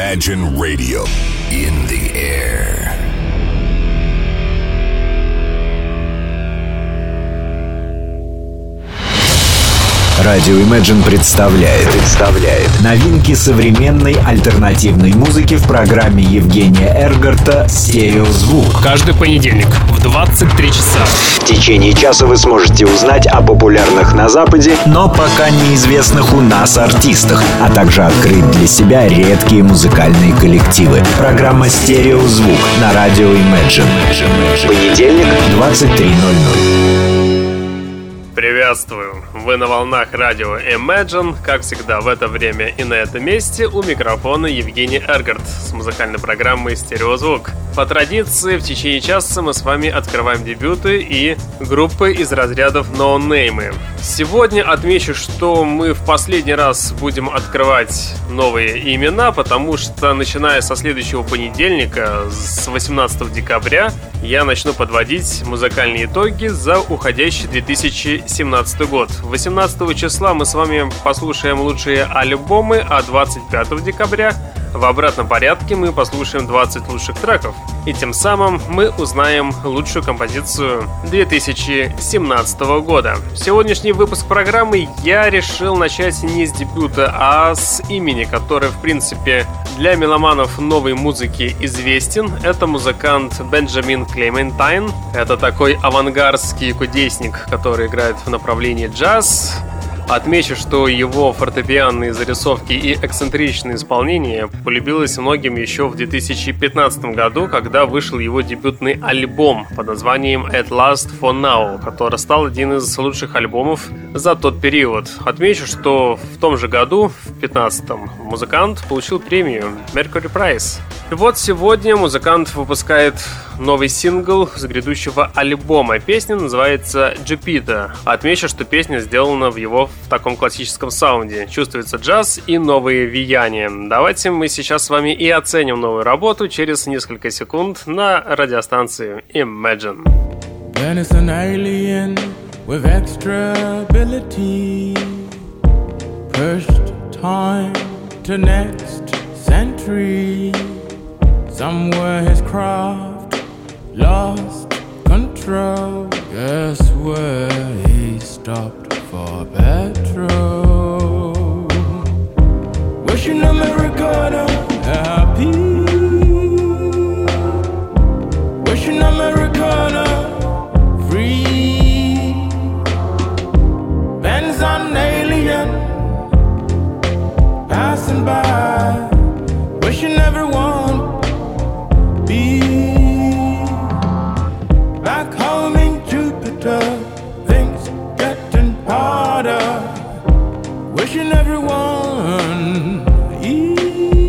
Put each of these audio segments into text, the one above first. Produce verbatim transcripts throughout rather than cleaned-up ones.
Imagine Radio in the air. Радио Imagine представляет, представляет новинки современной альтернативной музыки в программе Евгения Эргарта «Стереозвук». Каждый понедельник в двадцать три часа. В течение часа вы сможете узнать о популярных на Западе, но пока неизвестных у нас артистах, а также открыть для себя редкие музыкальные коллективы. Программа «Стереозвук» на радио Imagine. Понедельник, двадцать три ноль ноль. Приветствую! Вы на волнах радио Imagine. Как всегда в это время и на этом месте у микрофона Евгений Эргарт с музыкальной программой «Стереозвук». По традиции в течение часа мы с вами открываем дебюты и группы из разрядов ноунеймы. Сегодня отмечу, что мы в последний раз будем открывать новые имена, потому что начиная со следующего понедельника, с восемнадцатого декабря, я начну подводить музыкальные итоги за уходящий две тысячи семнадцатый год. восемнадцатого числа мы с вами послушаем лучшие альбомы, а двадцать пятого декабря в обратном порядке мы послушаем двадцать лучших треков. И тем самым мы узнаем лучшую композицию две тысячи семнадцатого года. Сегодняшний выпуск программы я решил начать не с дебюта, а с имени, который, в принципе, для меломанов новой музыки известен. Это музыкант Бенджамин Клементайн. Это такой авангардский кудесник, который играет в направлении джаз. Отмечу, что его фортепианные зарисовки и эксцентричное исполнение полюбилось многим еще в две тысячи пятнадцатом году, когда вышел его дебютный альбом под названием At Last For Now, который стал один из лучших альбомов за тот период. Отмечу, что в том же году, в пятнадцатом, музыкант получил премию Mercury Prize. И вот сегодня музыкант выпускает новый сингл с грядущего альбома. Песня называется «Jupiter». Отмечу, что песня сделана в его в таком классическом саунде. Чувствуется джаз и новые веяния. Давайте мы сейчас с вами и оценим новую работу через несколько секунд на радиостанции Imagine. Then it's an alien with extra ability, pushed time to next century. Somewhere his craft lost control. Guess where he stopped for petrol. Wishing Americana happy. Wishing Americana free. Ben's an alien passing by. Wishing everyone be back home in Jupiter. Things getting harder. Wishing everyone ease.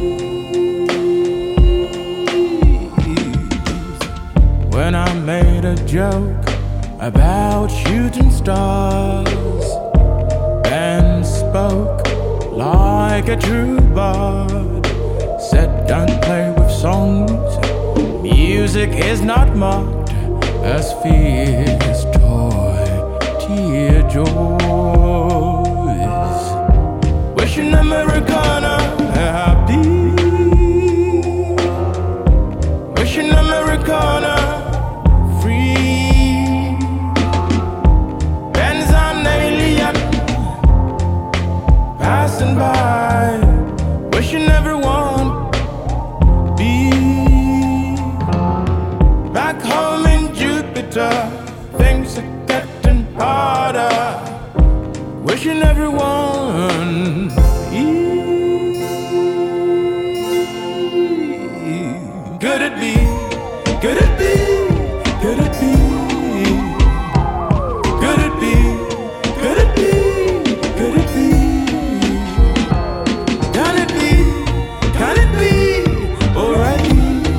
When I made a joke about shooting stars, Ben spoke like a true bard. Said don't play with songs. Music is not marked as fear's toy tear joys. Wishing Americana happy. Wishing Americana free. Ben's an alien passing by. Wishing everyone be back home in Jupiter. Things are getting harder. Wishing everyone ease. Could it be? Could it be? Could it be? Could it be? Could it be? Could it be? Can it be? Can it be? Alright.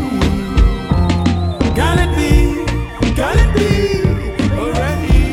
Can it be? Can it be? Already?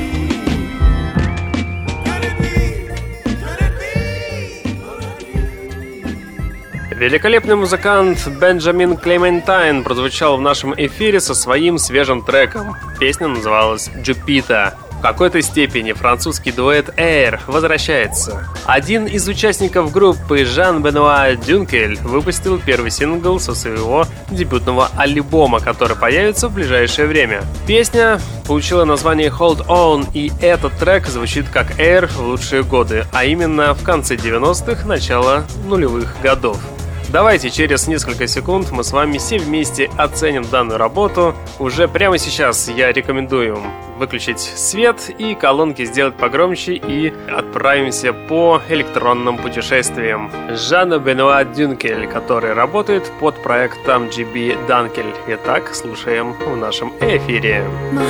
Can it be? Can it be? Already? Великолепный музыкант Бенджамин Клементайн прозвучал в нашем эфире со своим свежим треком. Песня называлась «Jupiter». В какой-то степени французский дуэт Air возвращается. Один из участников группы, Жан-Бенуа Дюнкель, выпустил первый сингл со своего дебютного альбома, который появится в ближайшее время. Песня получила название Hold On, и этот трек звучит как Air в лучшие годы, а именно в конце девяностых, начало нулевых годов. Давайте через несколько секунд мы с вами все вместе оценим данную работу. Уже прямо сейчас я рекомендую выключить свет и колонки сделать погромче и отправимся по электронным путешествиям. Жан-Бенуа Дюнкель, который работает под проектом джи би Dunkel. Итак, слушаем в нашем эфире.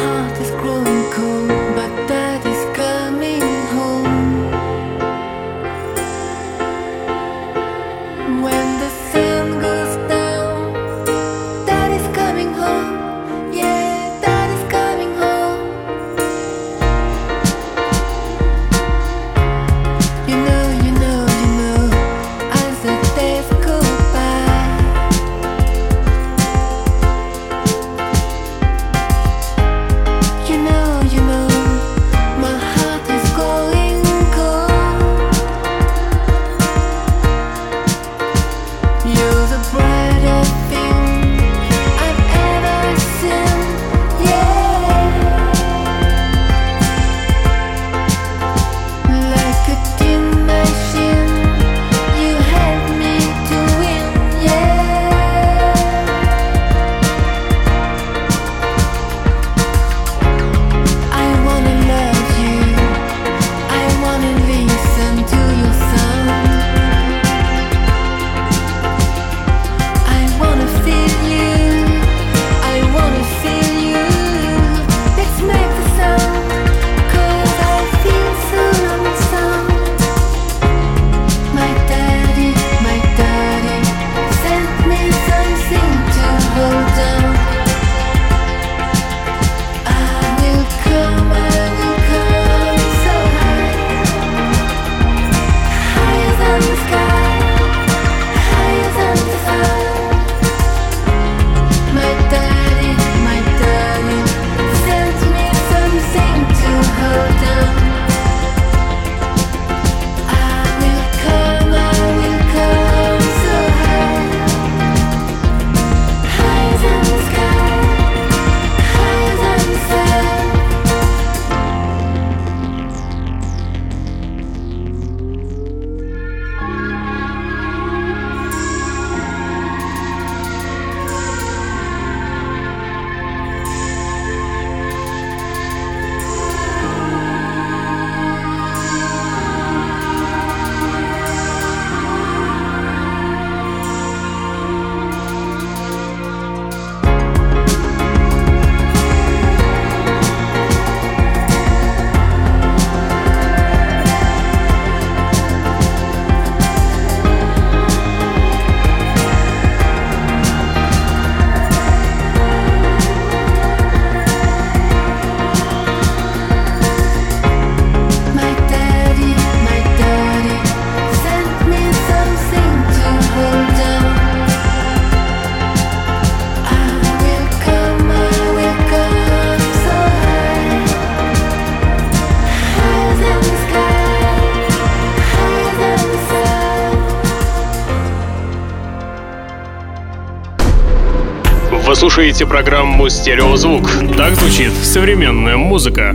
Вы слушаете программу «Стереозвук». Так звучит современная музыка.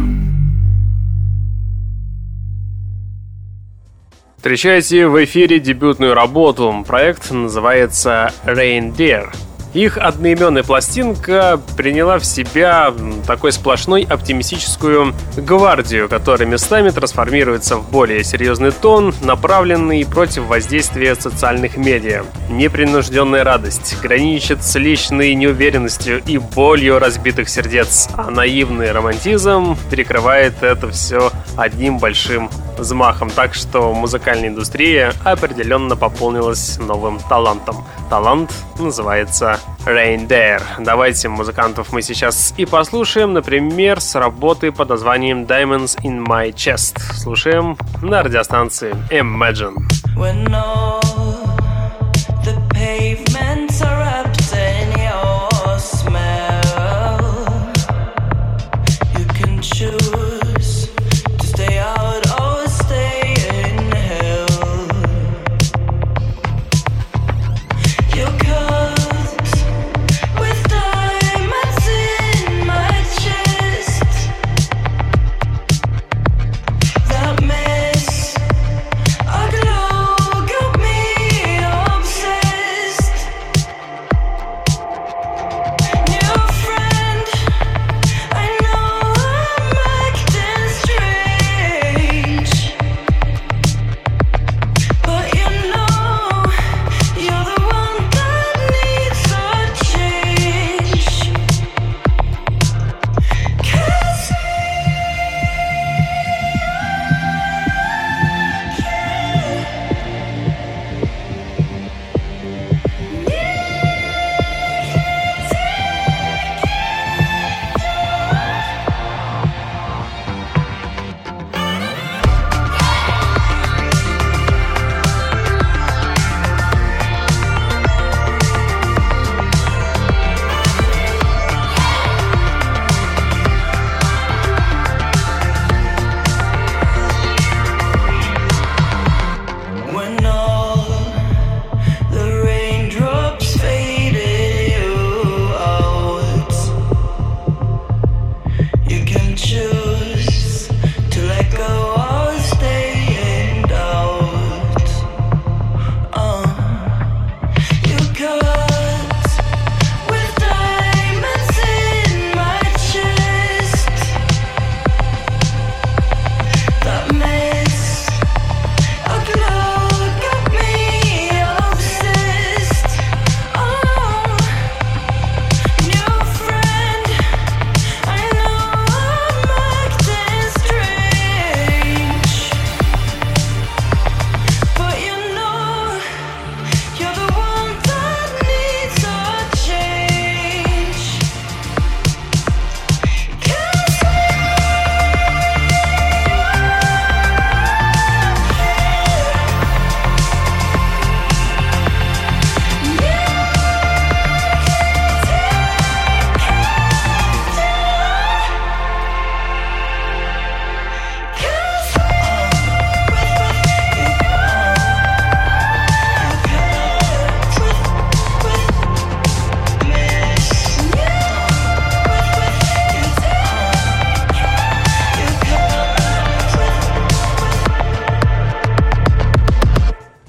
Встречайте в эфире дебютную работу. Проект называется Reindeer. Их одноименная пластинка приняла в себя такой сплошной оптимистическую гвардию, которая местами трансформируется в более серьезный тон, направленный против воздействия социальных медиа. Непринужденная радость граничит с личной неуверенностью и болью разбитых сердец, а наивный романтизм перекрывает это все одним большим взмахом. Так что музыкальная индустрия определенно пополнилась новым талантом. Талант называется Reindeer. Давайте музыкантов мы сейчас и послушаем, например, с работы под названием Diamonds in My Chest. Слушаем на радиостанции Imagine. When all the pavements are wrapped in your smell, you can choose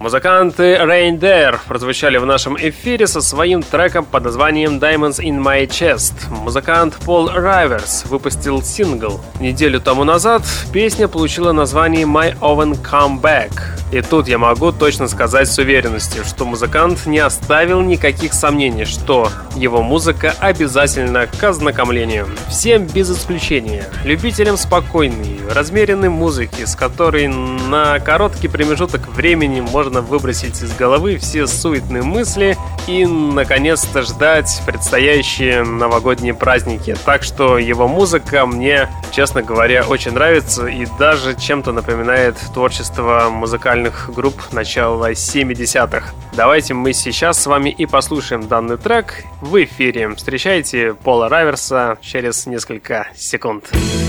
Музыканты Reindeer прозвучали в нашем эфире со своим треком под названием Diamonds in My Chest. Музыкант Пол Райверс выпустил сингл. Неделю тому назад песня получила название My Oven Comeback. И тут я могу точно сказать с уверенностью, что музыкант не оставил никаких сомнений, что его музыка обязательно к ознакомлению. Всем без исключения. Любителям спокойной, размеренной музыки, с которой на короткий промежуток времени можно выбросить из головы все суетные мысли и, наконец-то, ждать предстоящие новогодние праздники. Так что его музыка мне, честно говоря, очень нравится и даже чем-то напоминает творчество музыкальных групп начала семидесятых. Давайте мы сейчас с вами и послушаем данный трек в эфире. Встречайте Пола Райверса через несколько секунд.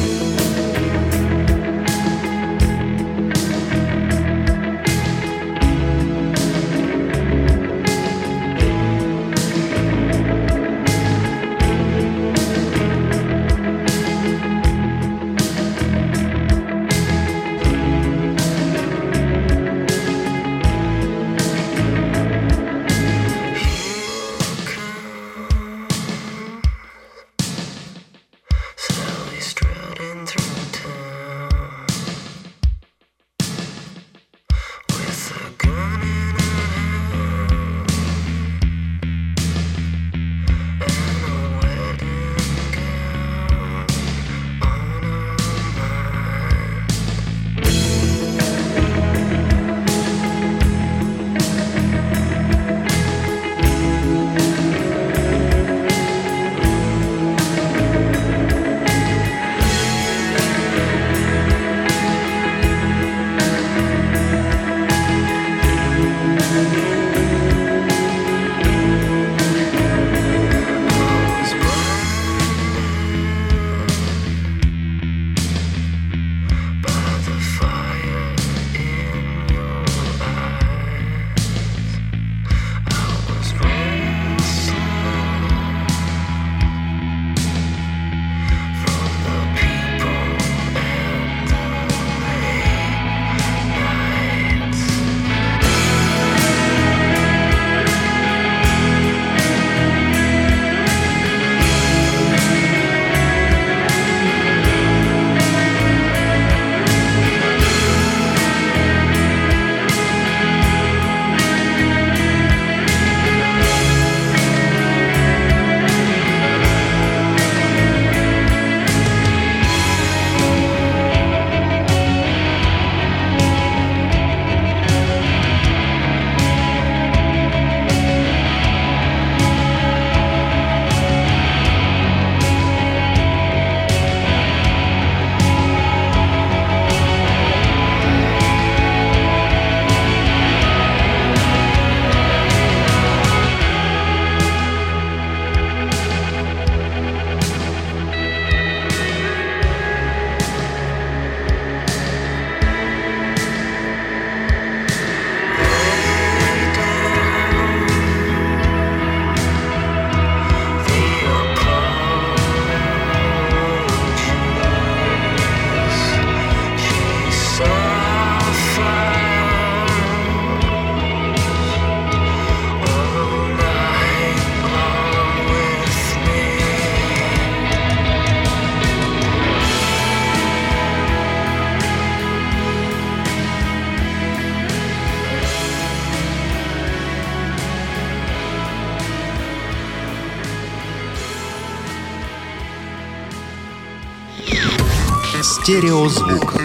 Стереозвук.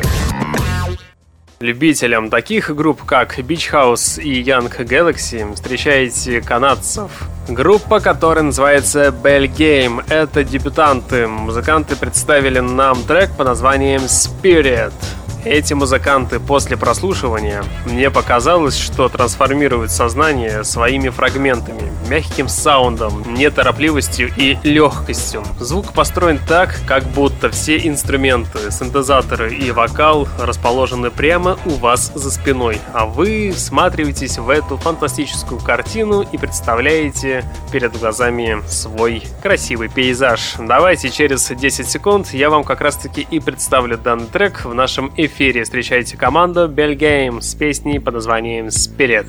Любителям таких групп, как Beach House и Young Galaxy, встречаете канадцев. Группа, которая называется Bell Game. Это дебютанты. Музыканты представили нам трек под названием Spirit. Эти музыканты после прослушивания, мне показалось, что трансформируют сознание своими фрагментами, мягким саундом, неторопливостью и легкостью. Звук построен так, как будто все инструменты, синтезаторы и вокал расположены прямо у вас за спиной, а вы всматриваетесь в эту фантастическую картину и представляете перед глазами свой красивый пейзаж. Давайте через десять секунд я вам как раз таки и представлю данный трек в нашем эфире. эфире. Встречайте команду Bell Game с песней под названием Spirit.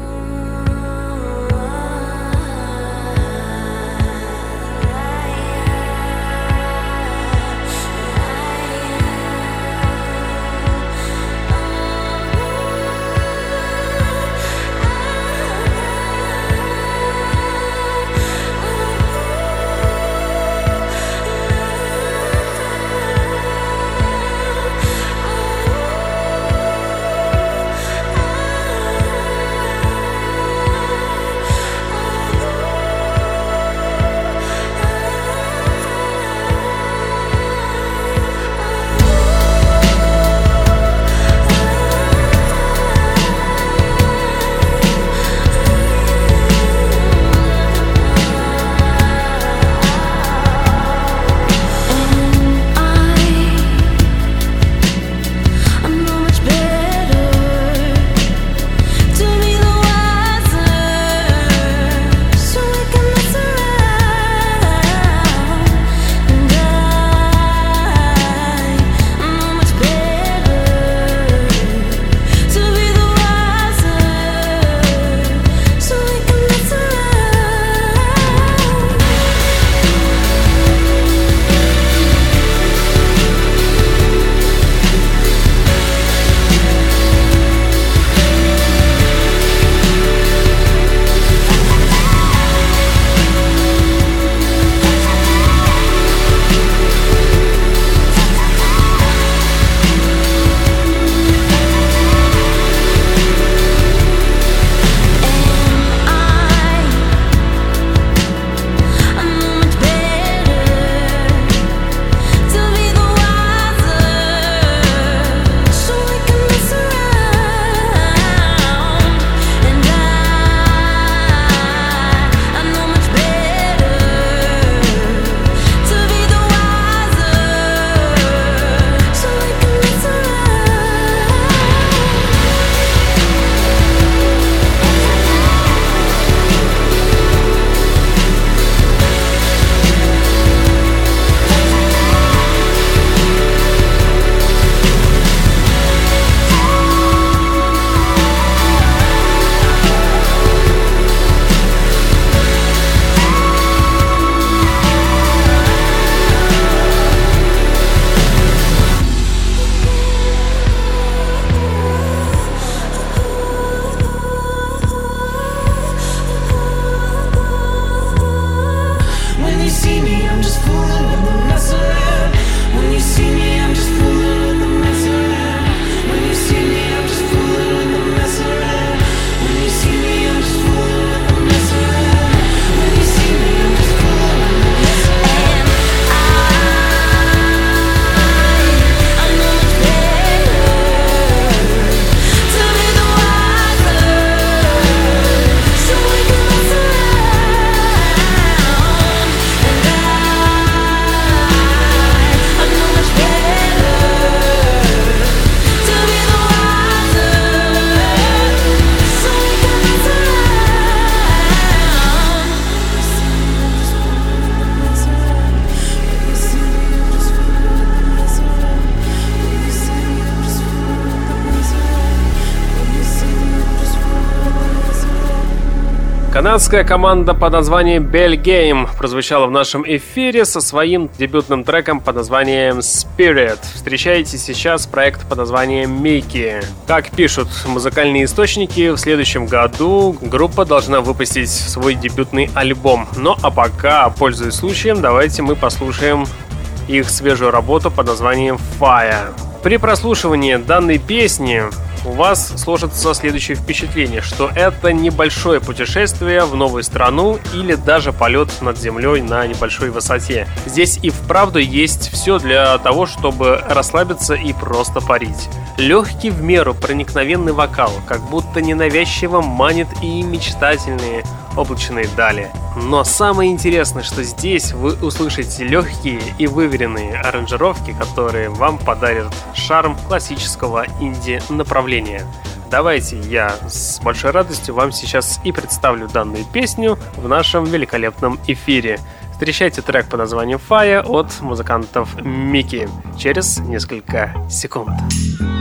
Канадская команда под названием Bell Game прозвучала в нашем эфире со своим дебютным треком под названием Spirit. Встречайте сейчас проект под названием Mickey. Как пишут музыкальные источники, в следующем году группа должна выпустить свой дебютный альбом. Ну а пока, пользуясь случаем, давайте мы послушаем их свежую работу под названием Fire. При прослушивании данной песни у вас сложится следующее впечатление, что это небольшое путешествие в новую страну или даже полет над землей на небольшой высоте. Здесь и вправду есть все для того, чтобы расслабиться и просто парить. Легкий в меру проникновенный вокал, как будто ненавязчиво манит и мечтательные облачные дали. Но самое интересное, что здесь вы услышите легкие и выверенные аранжировки, которые вам подарят шарм классического инди-направления. Давайте я с большой радостью вам сейчас и представлю данную песню в нашем великолепном эфире. Встречайте трек под названием Fire от музыкантов Mickey через несколько секунд.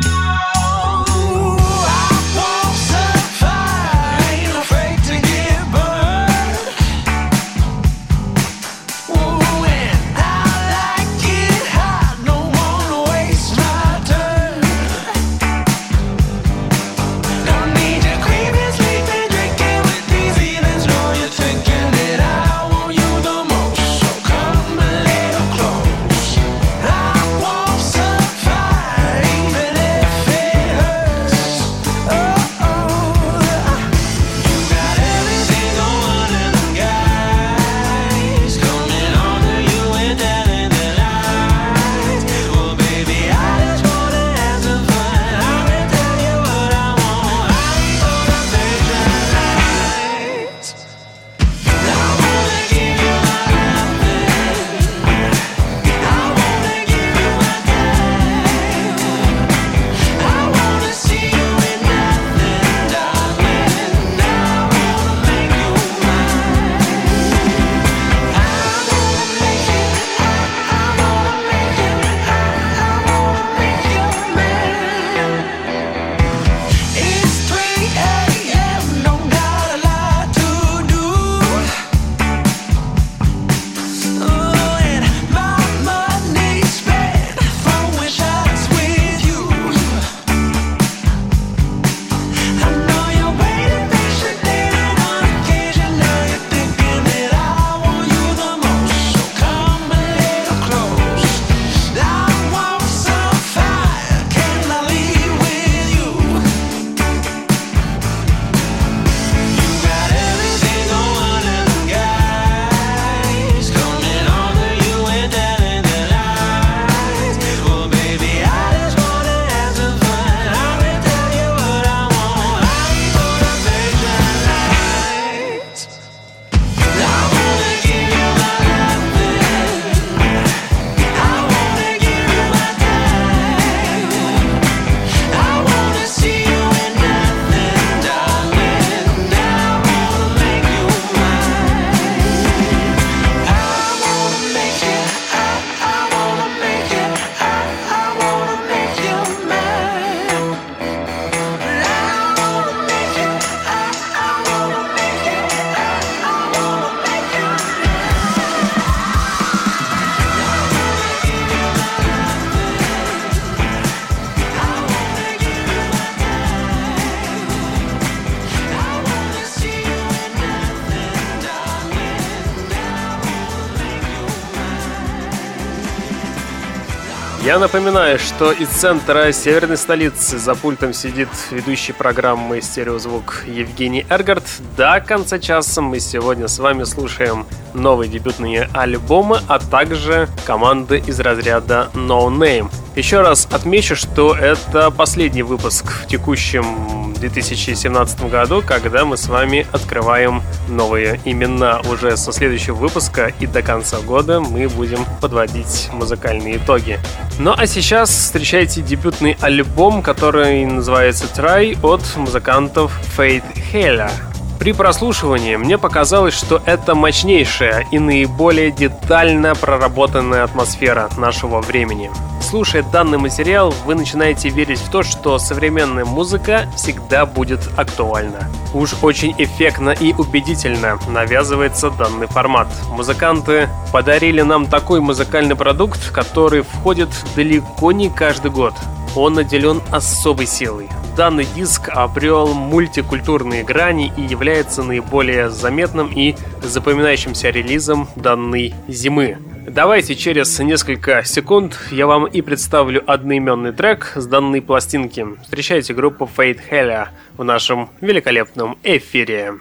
Я напоминаю, что из центра северной столицы за пультом сидит ведущий программы «Стереозвук» Евгений Эргард. До конца часа мы сегодня с вами слушаем новые дебютные альбомы, а также команды из разряда No Name. Еще раз отмечу, что это последний выпуск в текущем две тысячи семнадцатом году, когда мы с вами открываем новые имена. Уже со следующего выпуска и до конца года мы будем подводить музыкальные итоги. Ну а сейчас встречайте дебютный альбом, который называется Try от музыкантов Fate Hella. При прослушивании мне показалось, что это мощнейшая и наиболее детально проработанная атмосфера нашего времени. Слушая данный материал, вы начинаете верить в то, что современная музыка всегда будет актуальна. Уж очень эффектно и убедительно навязывается данный формат. Музыканты подарили нам такой музыкальный продукт, который входит далеко не каждый год. Он наделен особой силой. Данный диск обрел мультикультурные грани и является наиболее заметным и запоминающимся релизом данной зимы. Давайте через несколько секунд я вам и представлю одноименный трек с данной пластинки. Встречайте группу Fate Hella в нашем великолепном эфире.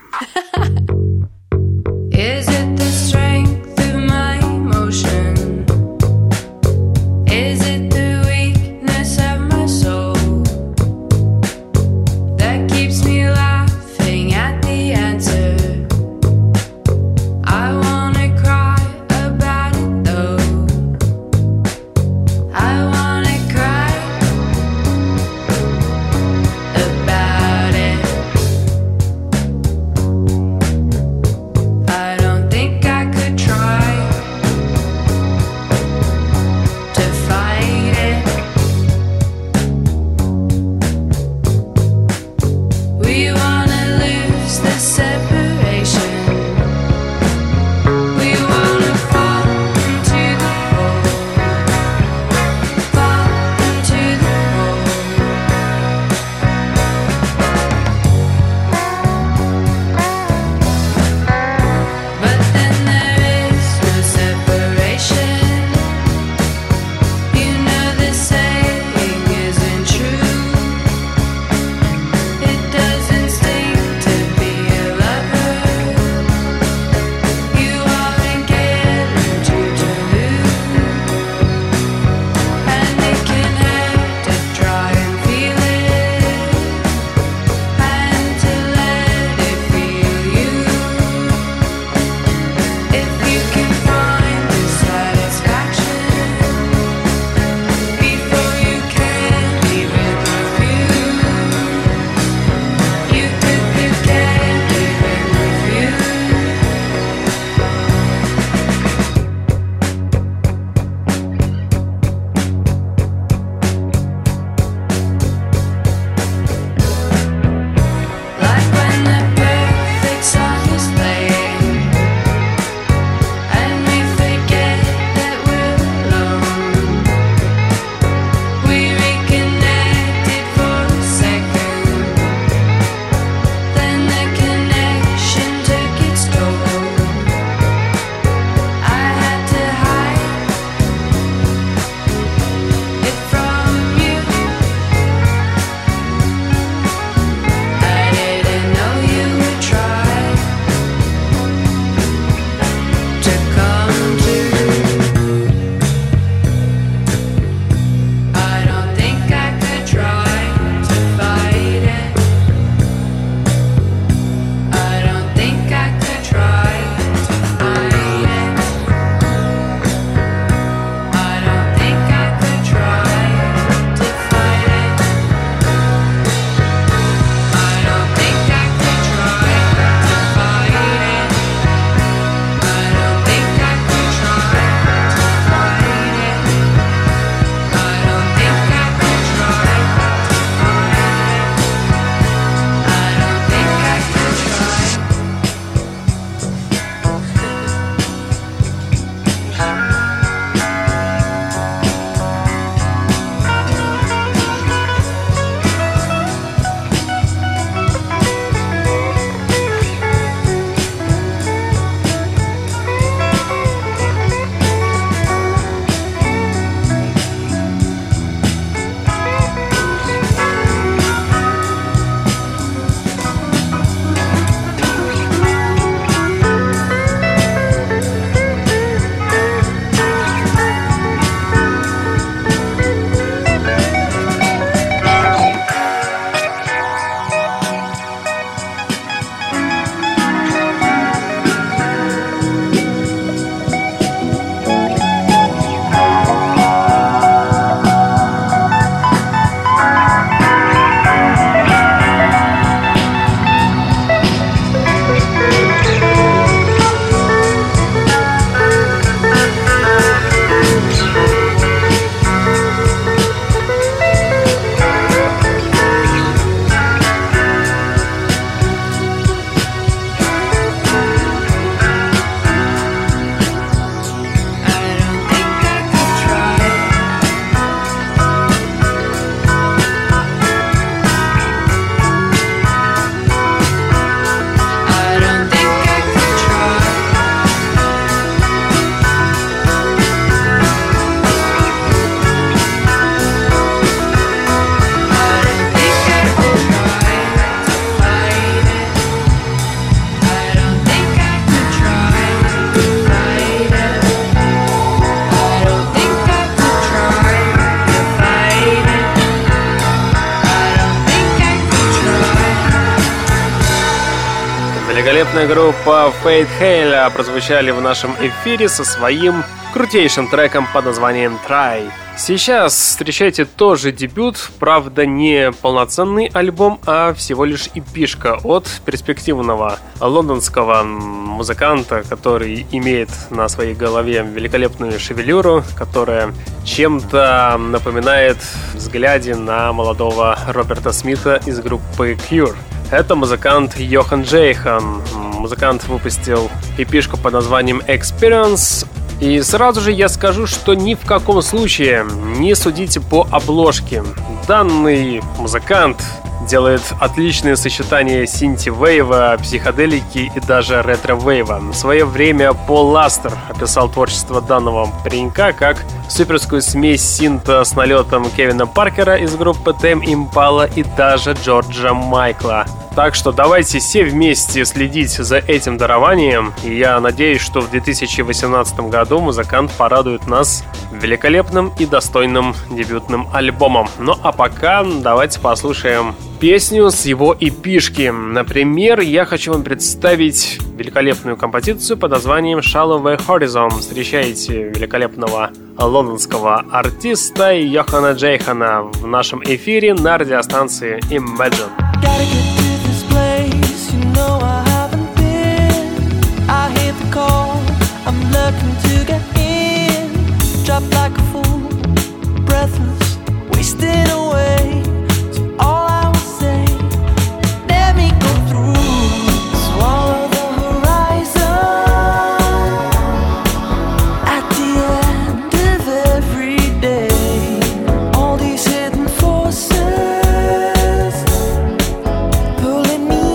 I don't великолепная группа Fate Hale прозвучали в нашем эфире со своим крутейшим треком под названием Try. Сейчас встречайте тоже дебют, правда не полноценный альбом, а всего лишь эпишка от перспективного лондонского музыканта, который имеет на своей голове великолепную шевелюру, которая чем-то напоминает в взгляде на молодого Роберта Смита из группы Cure. Это музыкант Йохан Джейхан. Музыкант выпустил эпишку под названием Experience. И сразу же я скажу, что ни в каком случае не судите по обложке. Данный музыкант делает отличное сочетание синти-вейва, психоделики и даже ретро-вейва. В свое время Пол Ластер описал творчество данного паренька как суперскую смесь синта с налетом Кевина Паркера из группы Tame Impala и даже Джорджа Майкла. Так что давайте все вместе следить за этим дарованием, и я надеюсь, что в две тысячи восемнадцатом году музыкант порадует нас великолепным и достойным дебютным альбомом. Ну а пока давайте послушаем песню с его эпишки. Например, я хочу вам представить великолепную композицию под названием Shallow Way Horizon. Встречайте великолепного лондонского артиста Йохана Джейхана в нашем эфире на радиостанции Imagine. No, I haven't been. I hit the call. I'm looking to get in. Drop like a fool, breathless, wasting away. So all I will say, let me go through. Swallow the horizon. At the end of every day, all these hidden forces pulling me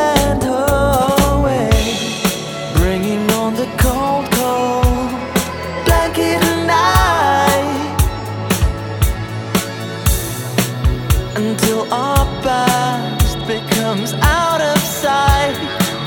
cold, cold blanket of night until our past becomes out of sight.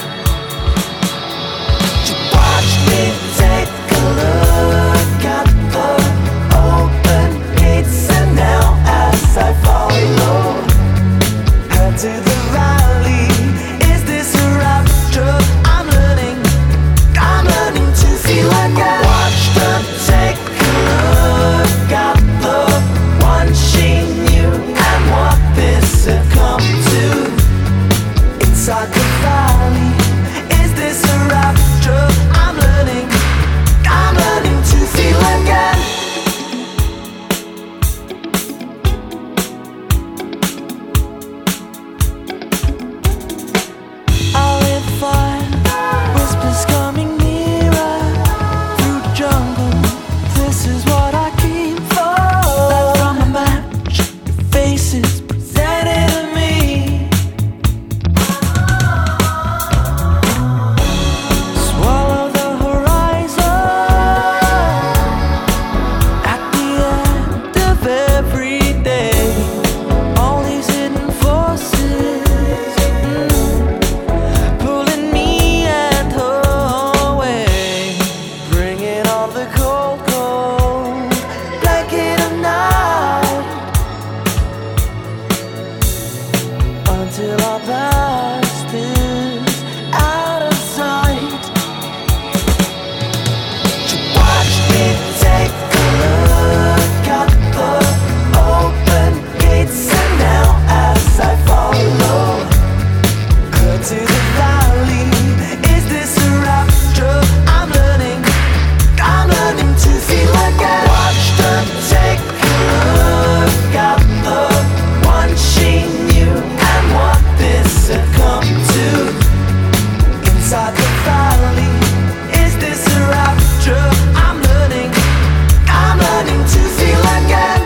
You watch me take a look at the open gates, and now as I follow her to the valley, is this a rapture? I'm learning I'm learning to feel like I watched her take a look at the one she knew and what this had come to inside the valley. Is this a rapture? I'm learning, I'm learning to feel again. I'll live fire, whispers coming this is what I came for. Light from a match, your face is presented to me. Swallow the horizon. At the end of every day, all these hidden forces mm, pulling me and away, bringing all the cold, cold blanket of night until our past is out of sight. You watch me take a look at the open gates, and now as I follow her to the valley, is this a rapture? I'm learning I'm learning to feel like I watched her take a look at the one she knew and what this had come to inside the valley. Is this a rapture? I'm learning, I'm learning to feel again.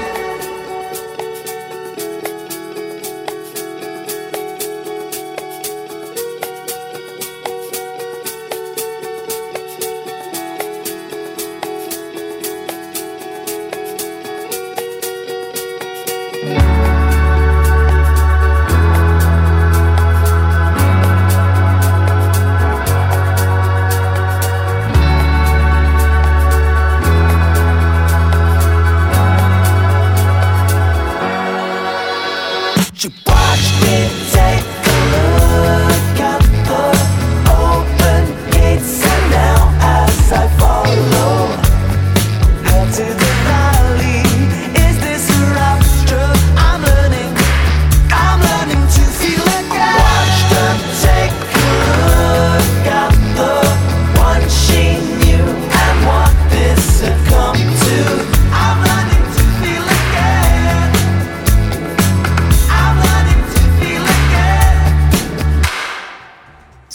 You watch me take a look at the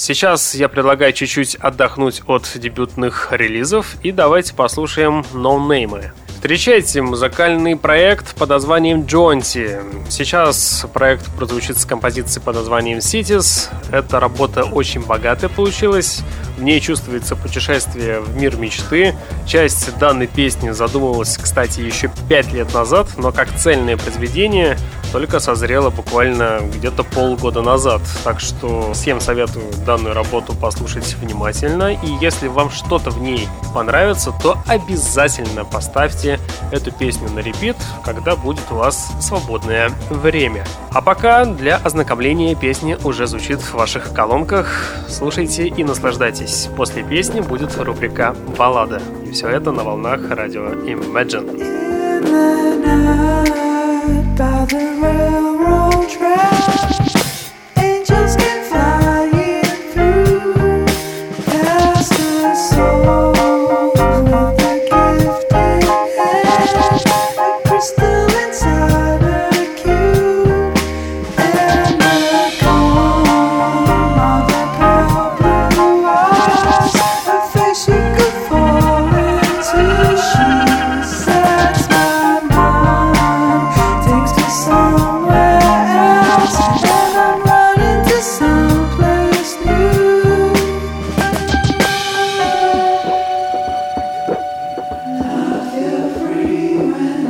Сейчас я предлагаю чуть-чуть отдохнуть от дебютных релизов и давайте послушаем ноунеймы. Встречайте музыкальный проект под названием Джонти. Сейчас проект прозвучит с композицией под названием Cities. Эта работа очень богатая получилась. В ней чувствуется путешествие в мир мечты. Часть данной песни задумывалась, кстати, еще пять лет назад, но как цельное произведение только созрело буквально где-то полгода назад. Так что всем советую данную работу послушать внимательно. И если вам что-то в ней понравится, то обязательно поставьте эту песню на репит, когда будет у вас свободное время. А пока для ознакомления песни уже звучит в ваших колонках. Слушайте и наслаждайтесь. После песни будет рубрика «Баллада». И все это на волнах радио Imagine. By the railroad track, angels came flying through, past the souls with a gifted hand, a crystal inside a cube, and the calm of the pale blue eyes, a face you could fall into. She sets my mind, takes me somewhere else, and I'm running to someplace new. I feel free when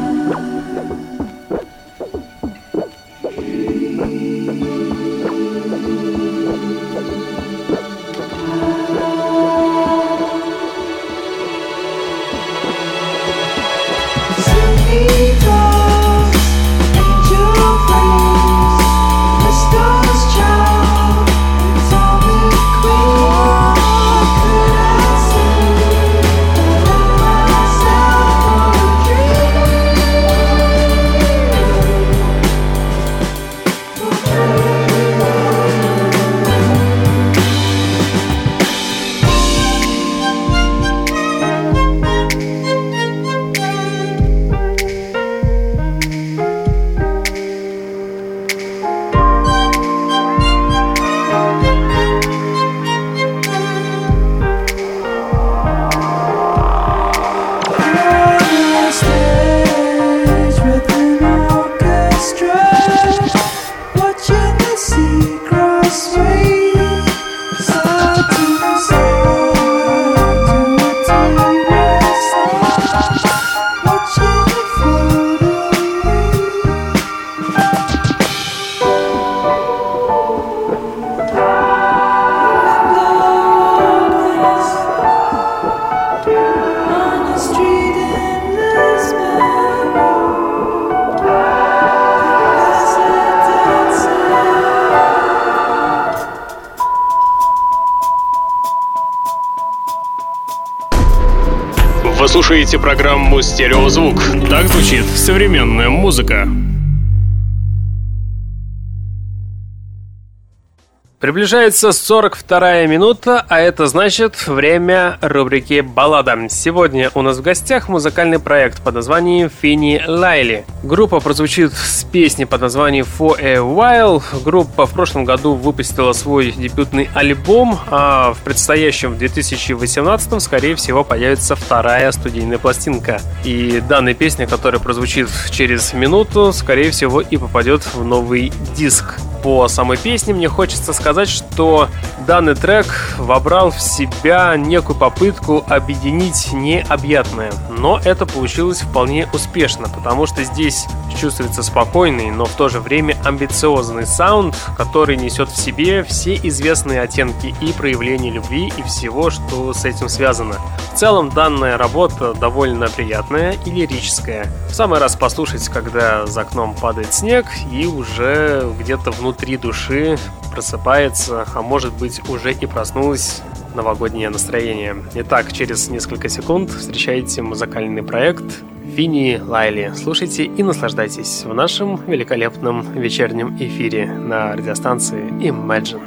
Вы слушаете программу «Стереозвук». Так звучит современная музыка. Приближается сорок вторая минута, а это значит время рубрики «Баллада». Сегодня у нас в гостях музыкальный проект под названием Финни Лайли. Группа прозвучит с песней под названием For a While. Группа в прошлом году выпустила свой дебютный альбом, а в предстоящем две тысячи восемнадцатом, скорее всего, появится вторая студийная пластинка. И данная песня, которая прозвучит через минуту, скорее всего, и попадет в новый диск. По самой песне мне хочется сказать, что данный трек вобрал в себя некую попытку объединить необъятное. Но это получилось вполне успешно, потому что здесь чувствуется спокойный, но в то же время амбициозный саунд, который несет в себе все известные оттенки и проявления любви и всего, что с этим связано. В целом данная работа довольно приятная и лирическая. В самый раз послушать, когда за окном падает снег и уже где-то внутри души просыпается, а может быть уже и проснулось новогоднее настроение. Итак, через несколько секунд встречайте музыкальный проект Финни Лайли. Слушайте и наслаждайтесь в нашем великолепном вечернем эфире на радиостанции Imagine.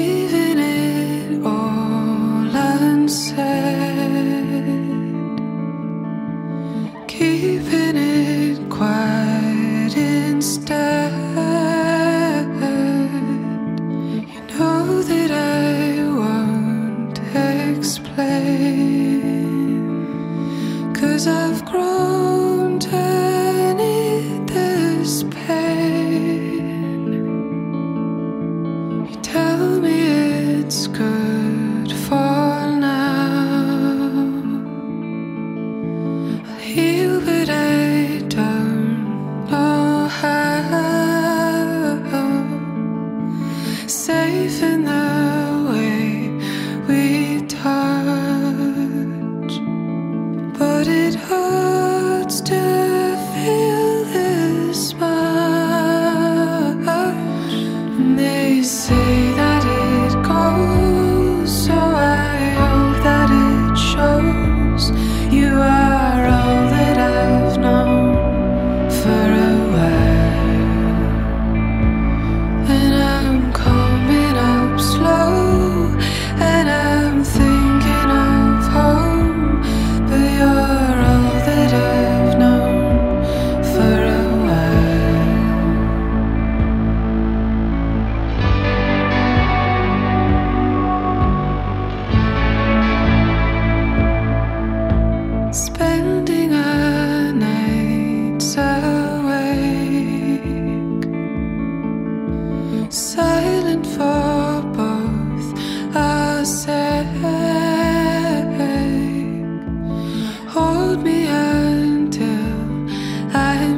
Keeping it quiet instead. You know that I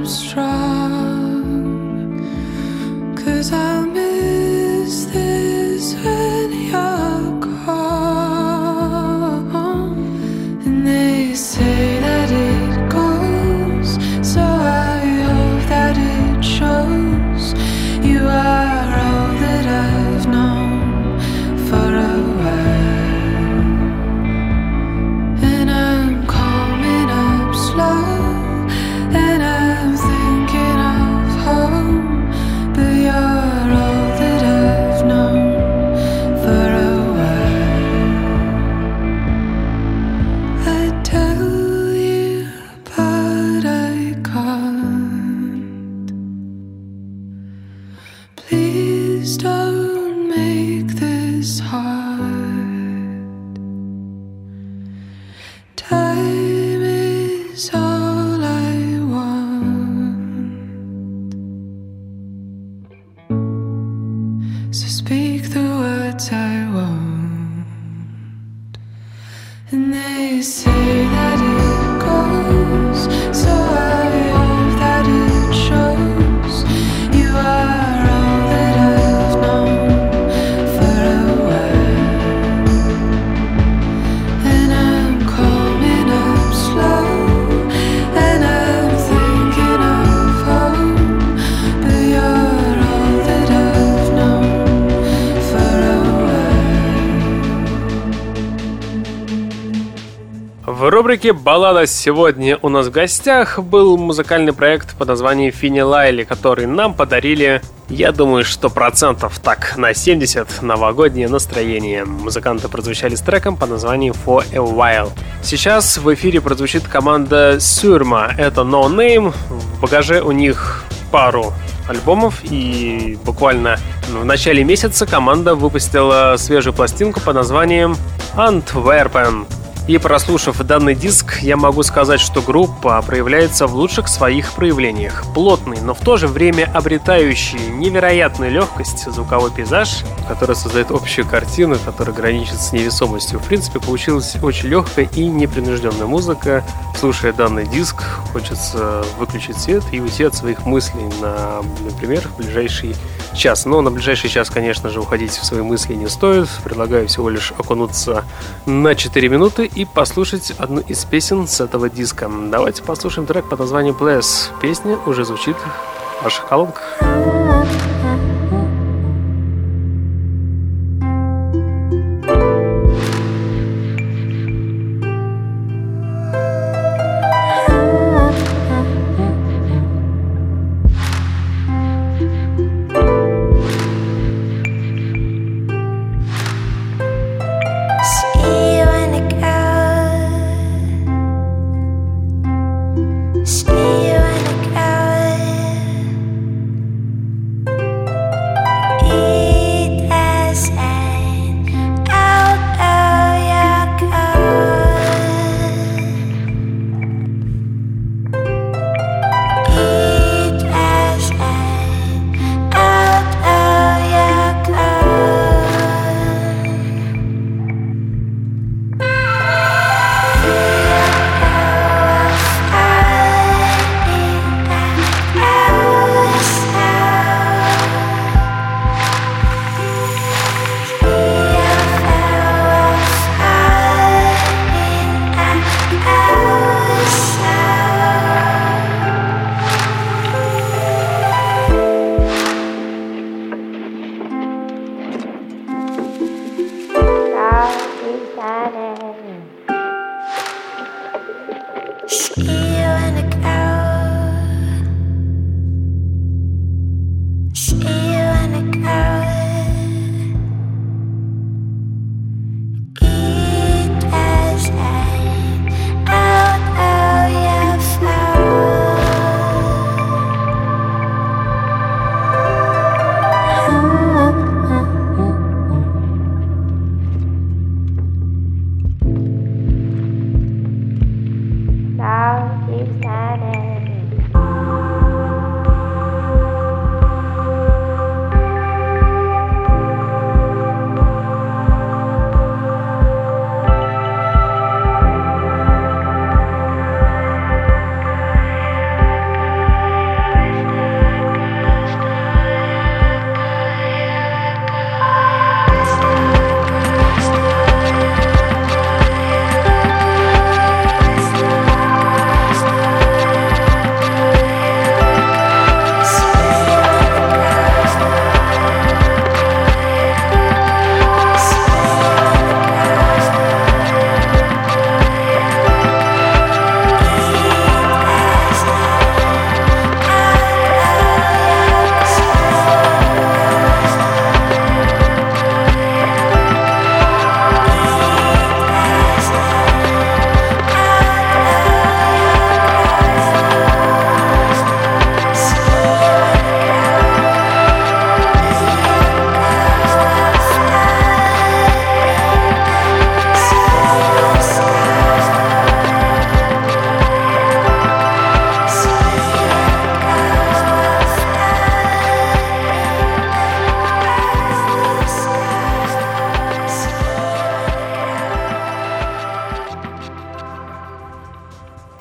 В рубрике «Баллада» сегодня у нас в гостях был музыкальный проект под названием Финни Лайли, который нам подарили, я думаю, что процентов так на семьдесят новогоднее настроение. Музыканты прозвучали с треком под названием For a While. Сейчас в эфире прозвучит команда Surma. Это No Name. В багаже у них пару альбомов, и буквально в начале месяца команда выпустила свежую пластинку под названием Antwerpen. И прослушав данный диск, я могу сказать, что группа проявляется в лучших своих проявлениях. Плотный, но в то же время обретающий невероятную легкость звуковой пейзаж, который создает общую картину, которая граничит с невесомостью. В принципе, получилась очень легкая и непринужденная музыка. Слушая данный диск, хочется выключить свет и уйти от своих мыслей на, например, ближайший час. Но на ближайший час, конечно же, уходить в свои мысли не стоит. Предлагаю всего лишь окунуться на четыре минуты и послушать одну из песен с этого диска. Давайте послушаем трек под названием Place. Песня уже звучит в ваших колонках. See you in the crowd.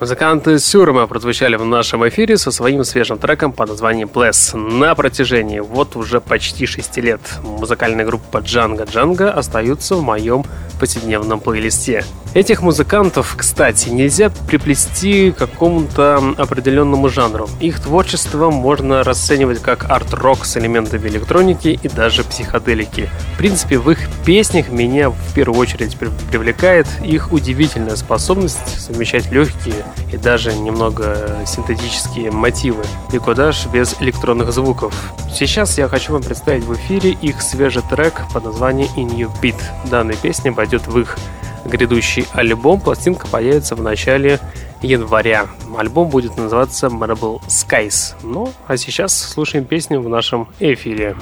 Музыканты Сюрма прозвучали в нашем эфире со своим свежим треком под названием Bless. На протяжении вот уже почти шести лет музыкальная группа Джанго Джанго остаются в моем повседневном плейлисте. Этих музыкантов, кстати, нельзя приплести к какому-то определенному жанру. Их творчество можно расценивать как арт-рок с элементами электроники и даже психоделики. В принципе, в их песнях меня в первую очередь привлекает их удивительная способность совмещать легкие и даже немного синтетические мотивы. И куда ж без электронных звуков. Сейчас я хочу вам представить в эфире их свежий трек под названием In You Beat. Данная песня войдет в их грядущий альбом. Пластинка появится в начале января. Альбом будет называться Marble Skies. Ну, а сейчас слушаем песню в нашем эфире.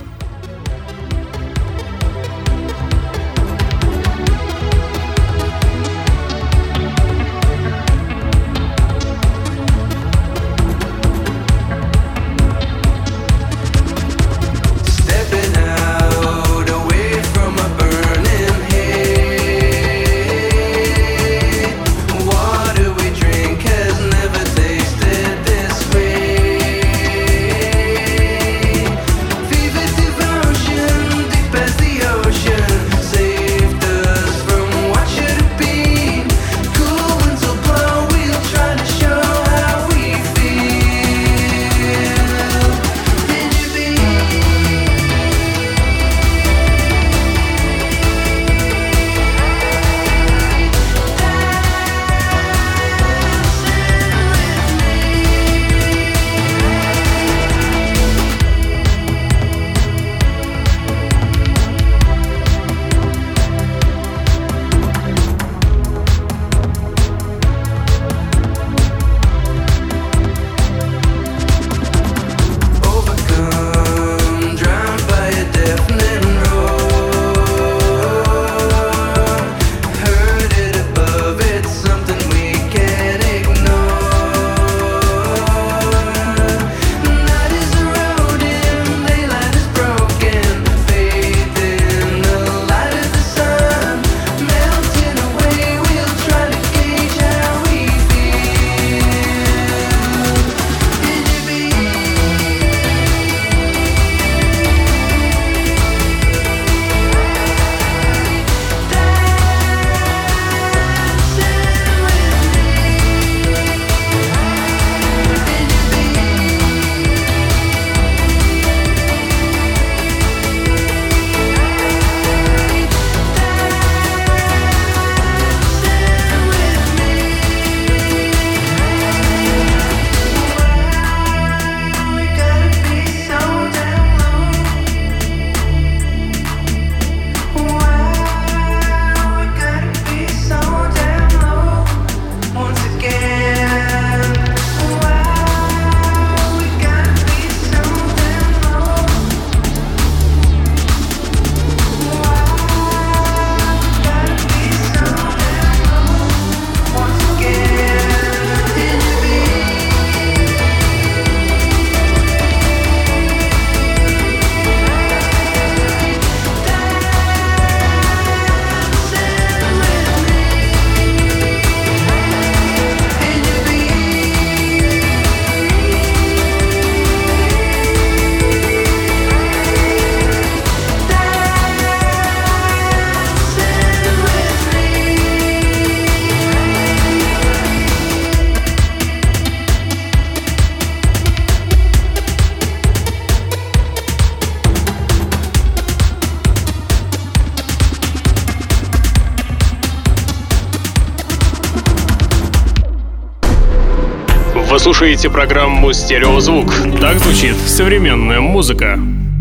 Вы слушаете программу «Стереозвук». Так звучит современная музыка.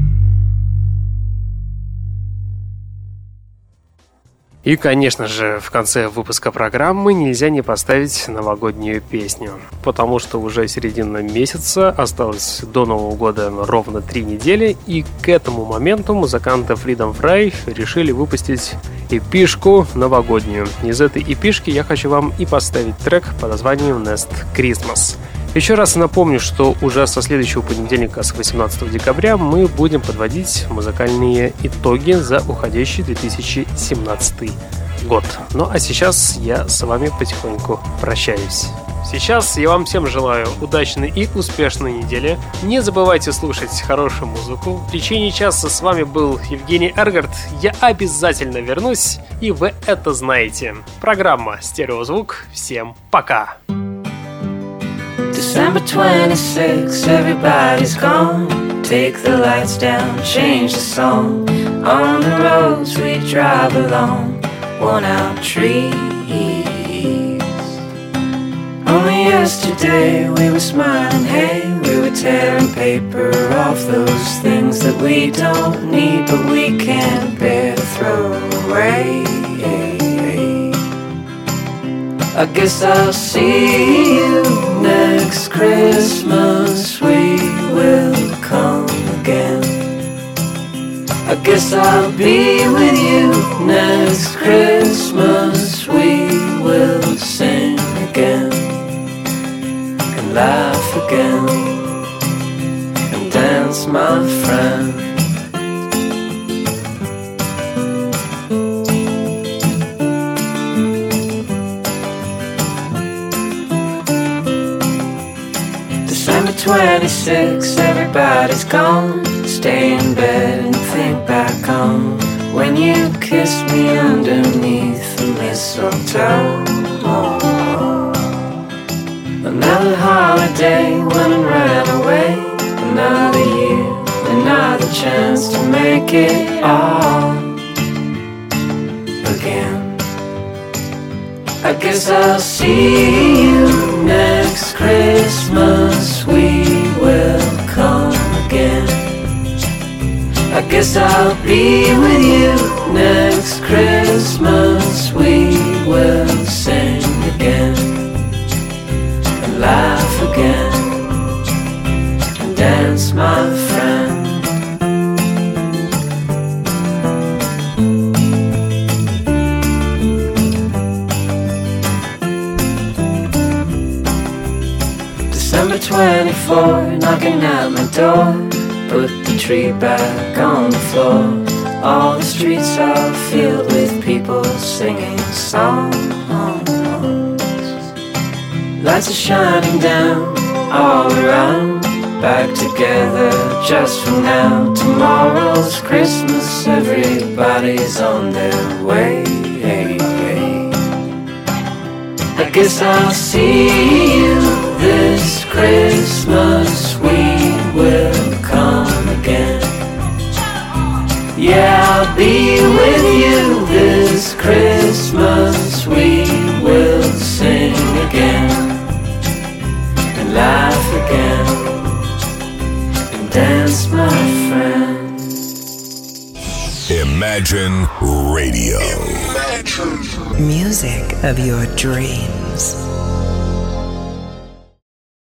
И, конечно же, в конце выпуска программы нельзя не поставить новогоднюю песню, потому что уже середина месяца, осталось до Нового года ровно три недели, и к этому моменту музыканты Freedom Fry решили выпустить эпишку новогоднюю. Из этой эпишки я хочу вам и поставить трек под названием Next Christmas. Еще раз напомню, что уже со следующего понедельника, с восемнадцатого декабря, мы будем подводить музыкальные итоги за уходящий две тысячи семнадцатый год. Ну а сейчас я с вами потихоньку прощаюсь. Сейчас я вам всем желаю удачной и успешной недели. Не забывайте слушать хорошую музыку. В течение часа с вами был Евгений Эргард. Я обязательно вернусь, и вы это знаете. Программа «Стереозвук». Всем пока! December twenty-sixth, everybody's gone. Take the lights down, change the song. On the roads we drive along, worn out trees. Only yesterday we were smiling, hey, we were tearing paper off those things that we don't need, but we can't bear to throw away. I guess I'll see you next Christmas, we will come again. I guess I'll be with you next Christmas, we will sing again, and laugh again, and dance, my friend. twenty-six, everybody's gone. Stay in bed and think back on when you kissed me underneath the mistletoe. Another holiday went and ran away. Another year, another chance to make it all again. I guess I'll see you next Christmas, we will come again. I guess I'll be with you next Christmas, we will sing again, and laugh again, and dance, my friend. December twenty-fourth, knocking at my door. Put the tree back on the floor. All the streets are filled with people singing songs. Lights are shining down all around. Back together just for now. Tomorrow's Christmas, everybody's on their way. I guess I'll see you this Christmas, we will come again. Yeah, I'll be with you this Christmas, we will sing again, and laugh again, and dance, my friend. Imagine Radio. Music of your dreams.